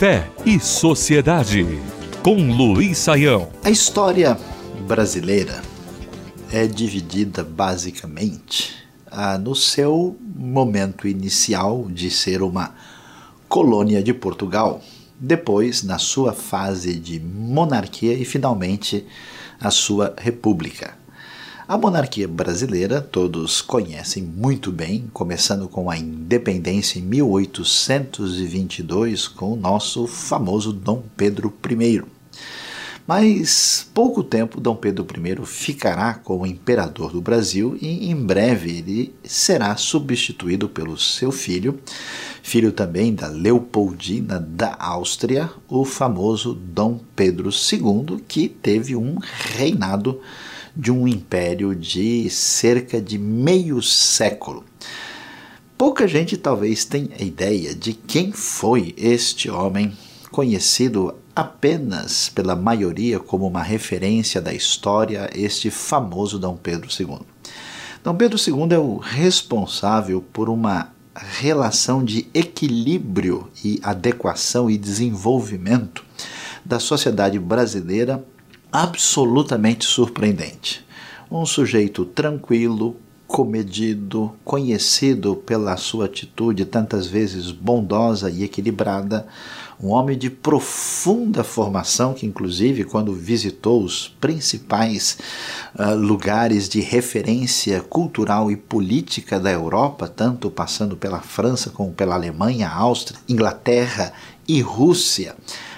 Fé e Sociedade, com Luiz Saião. A história brasileira é dividida basicamente no seu momento inicial de ser uma colônia de Portugal, depois na sua fase de monarquia e finalmente a sua república. A monarquia brasileira todos conhecem muito bem, começando com a independência em 1822 com o nosso famoso Dom Pedro I. Mas pouco tempo Dom Pedro I ficará como imperador do Brasil e em breve ele será substituído pelo seu filho também da Leopoldina da Áustria, o famoso Dom Pedro II, que teve um reinado de um império de cerca de meio século. Pouca gente talvez tenha ideia de quem foi este homem, conhecido apenas pela maioria como uma referência da história, este famoso Dom Pedro II. Dom Pedro II é o responsável por uma relação de equilíbrio e adequação e desenvolvimento da sociedade brasileira absolutamente surpreendente. Um sujeito tranquilo, comedido, conhecido pela sua atitude tantas vezes bondosa e equilibrada, um homem de profunda formação que inclusive quando visitou os principais lugares de referência cultural e política da Europa, tanto passando pela França como pela Alemanha, Áustria, Inglaterra e Rússia,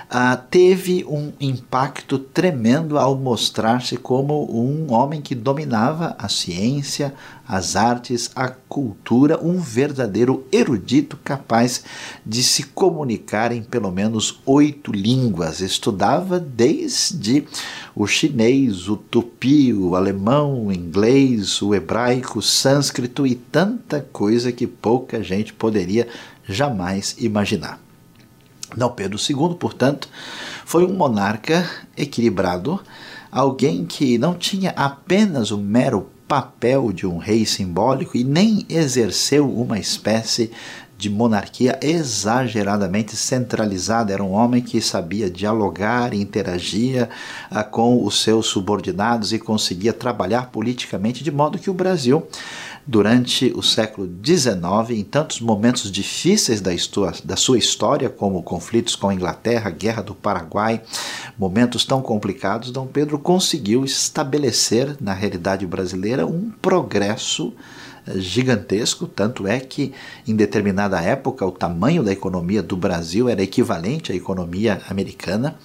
teve um impacto tremendo ao mostrar-se como um homem que dominava a ciência, as artes, a cultura, um verdadeiro erudito capaz de se comunicar em pelo menos 8 línguas. Estudava desde o chinês, o tupi, o alemão, o inglês, o hebraico, o sânscrito e tanta coisa que pouca gente poderia jamais imaginar. Dom Pedro II, portanto, foi um monarca equilibrado, alguém que não tinha apenas o mero papel de um rei simbólico e nem exerceu uma espécie de monarquia exageradamente centralizada. Era um homem que sabia dialogar, interagia com os seus subordinados e conseguia trabalhar politicamente, de modo que o Brasil, durante o século XIX, em tantos momentos difíceis da sua história, como conflitos com a Inglaterra, a Guerra do Paraguai, momentos tão complicados, Dom Pedro conseguiu estabelecer na realidade brasileira um progresso gigantesco, tanto é que em determinada época o tamanho da economia do Brasil era equivalente à economia americana,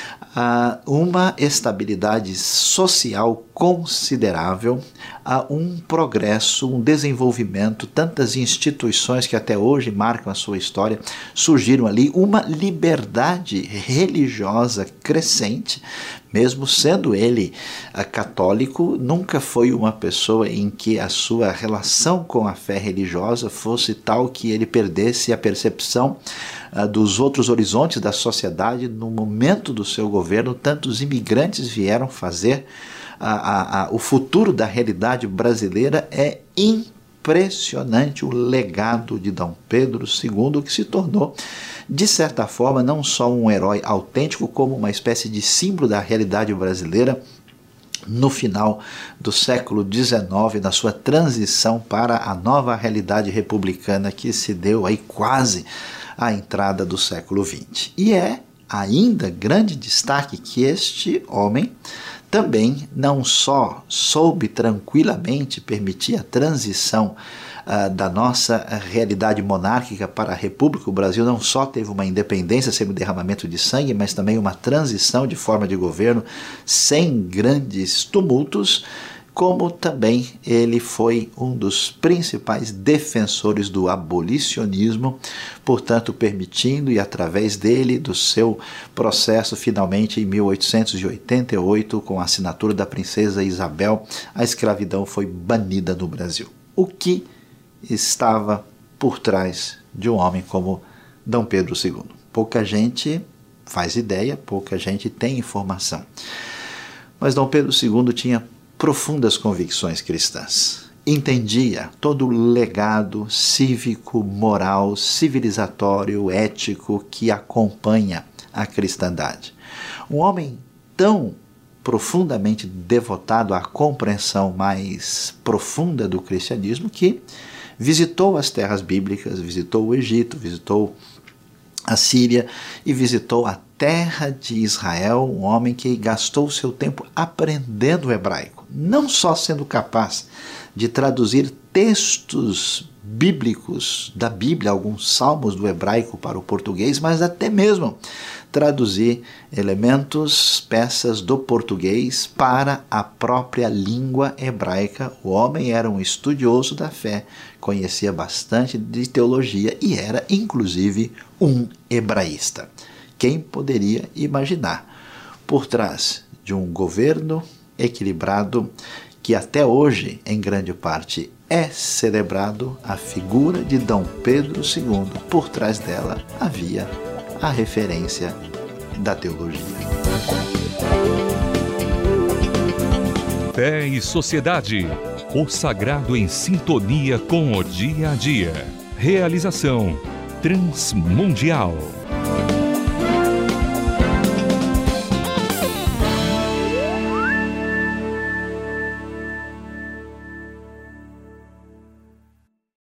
uma estabilidade social considerável, um progresso, um desenvolvimento, tantas instituições que até hoje marcam a sua história surgiram ali, uma liberdade religiosa crescente. Mesmo sendo ele católico, nunca foi uma pessoa em que a sua relação com a fé religiosa fosse tal que ele perdesse a percepção dos outros horizontes da sociedade. No momento do seu governo, tantos imigrantes vieram fazer o futuro da realidade brasileira. É impressionante o legado de Dom Pedro II, que se tornou, de certa forma, não só um herói autêntico, como uma espécie de símbolo da realidade brasileira no final do século XIX, na sua transição para a nova realidade republicana que se deu aí quase à entrada do século XX. E é ainda grande destaque que este homem também não só soube tranquilamente permitir a transição da nossa realidade monárquica para a República. O Brasil não só teve uma independência sem o derramamento de sangue, mas também uma transição de forma de governo sem grandes tumultos, como também ele foi um dos principais defensores do abolicionismo, portanto permitindo, e através dele, do seu processo, finalmente em 1888, com a assinatura da princesa Isabel, a escravidão foi banida no Brasil. O que estava por trás de um homem como Dom Pedro II? Pouca gente faz ideia, pouca gente tem informação. Mas Dom Pedro II tinha profundas convicções cristãs. entendia todo o legado cívico, moral, civilizatório, ético que acompanha a cristandade. Um homem tão profundamente devotado à compreensão mais profunda do cristianismo que visitou as terras bíblicas, visitou o Egito, visitou a Síria e visitou a terra de Israel, um homem que gastou seu tempo aprendendo o hebraico, não só sendo capaz de traduzir textos bíblicos da Bíblia, alguns salmos do hebraico para o português, mas até mesmo traduzir elementos, peças do português para a própria língua hebraica. O homem era um estudioso da fé, conhecia bastante de teologia e era, inclusive, um hebraísta. Quem poderia imaginar, por trás de um governo equilibrado, que até hoje, em grande parte, é celebrado, a figura de Dom Pedro II, por trás dela havia a referência da teologia. Fé e Sociedade. O sagrado em sintonia com o dia a dia. Realização Transmundial.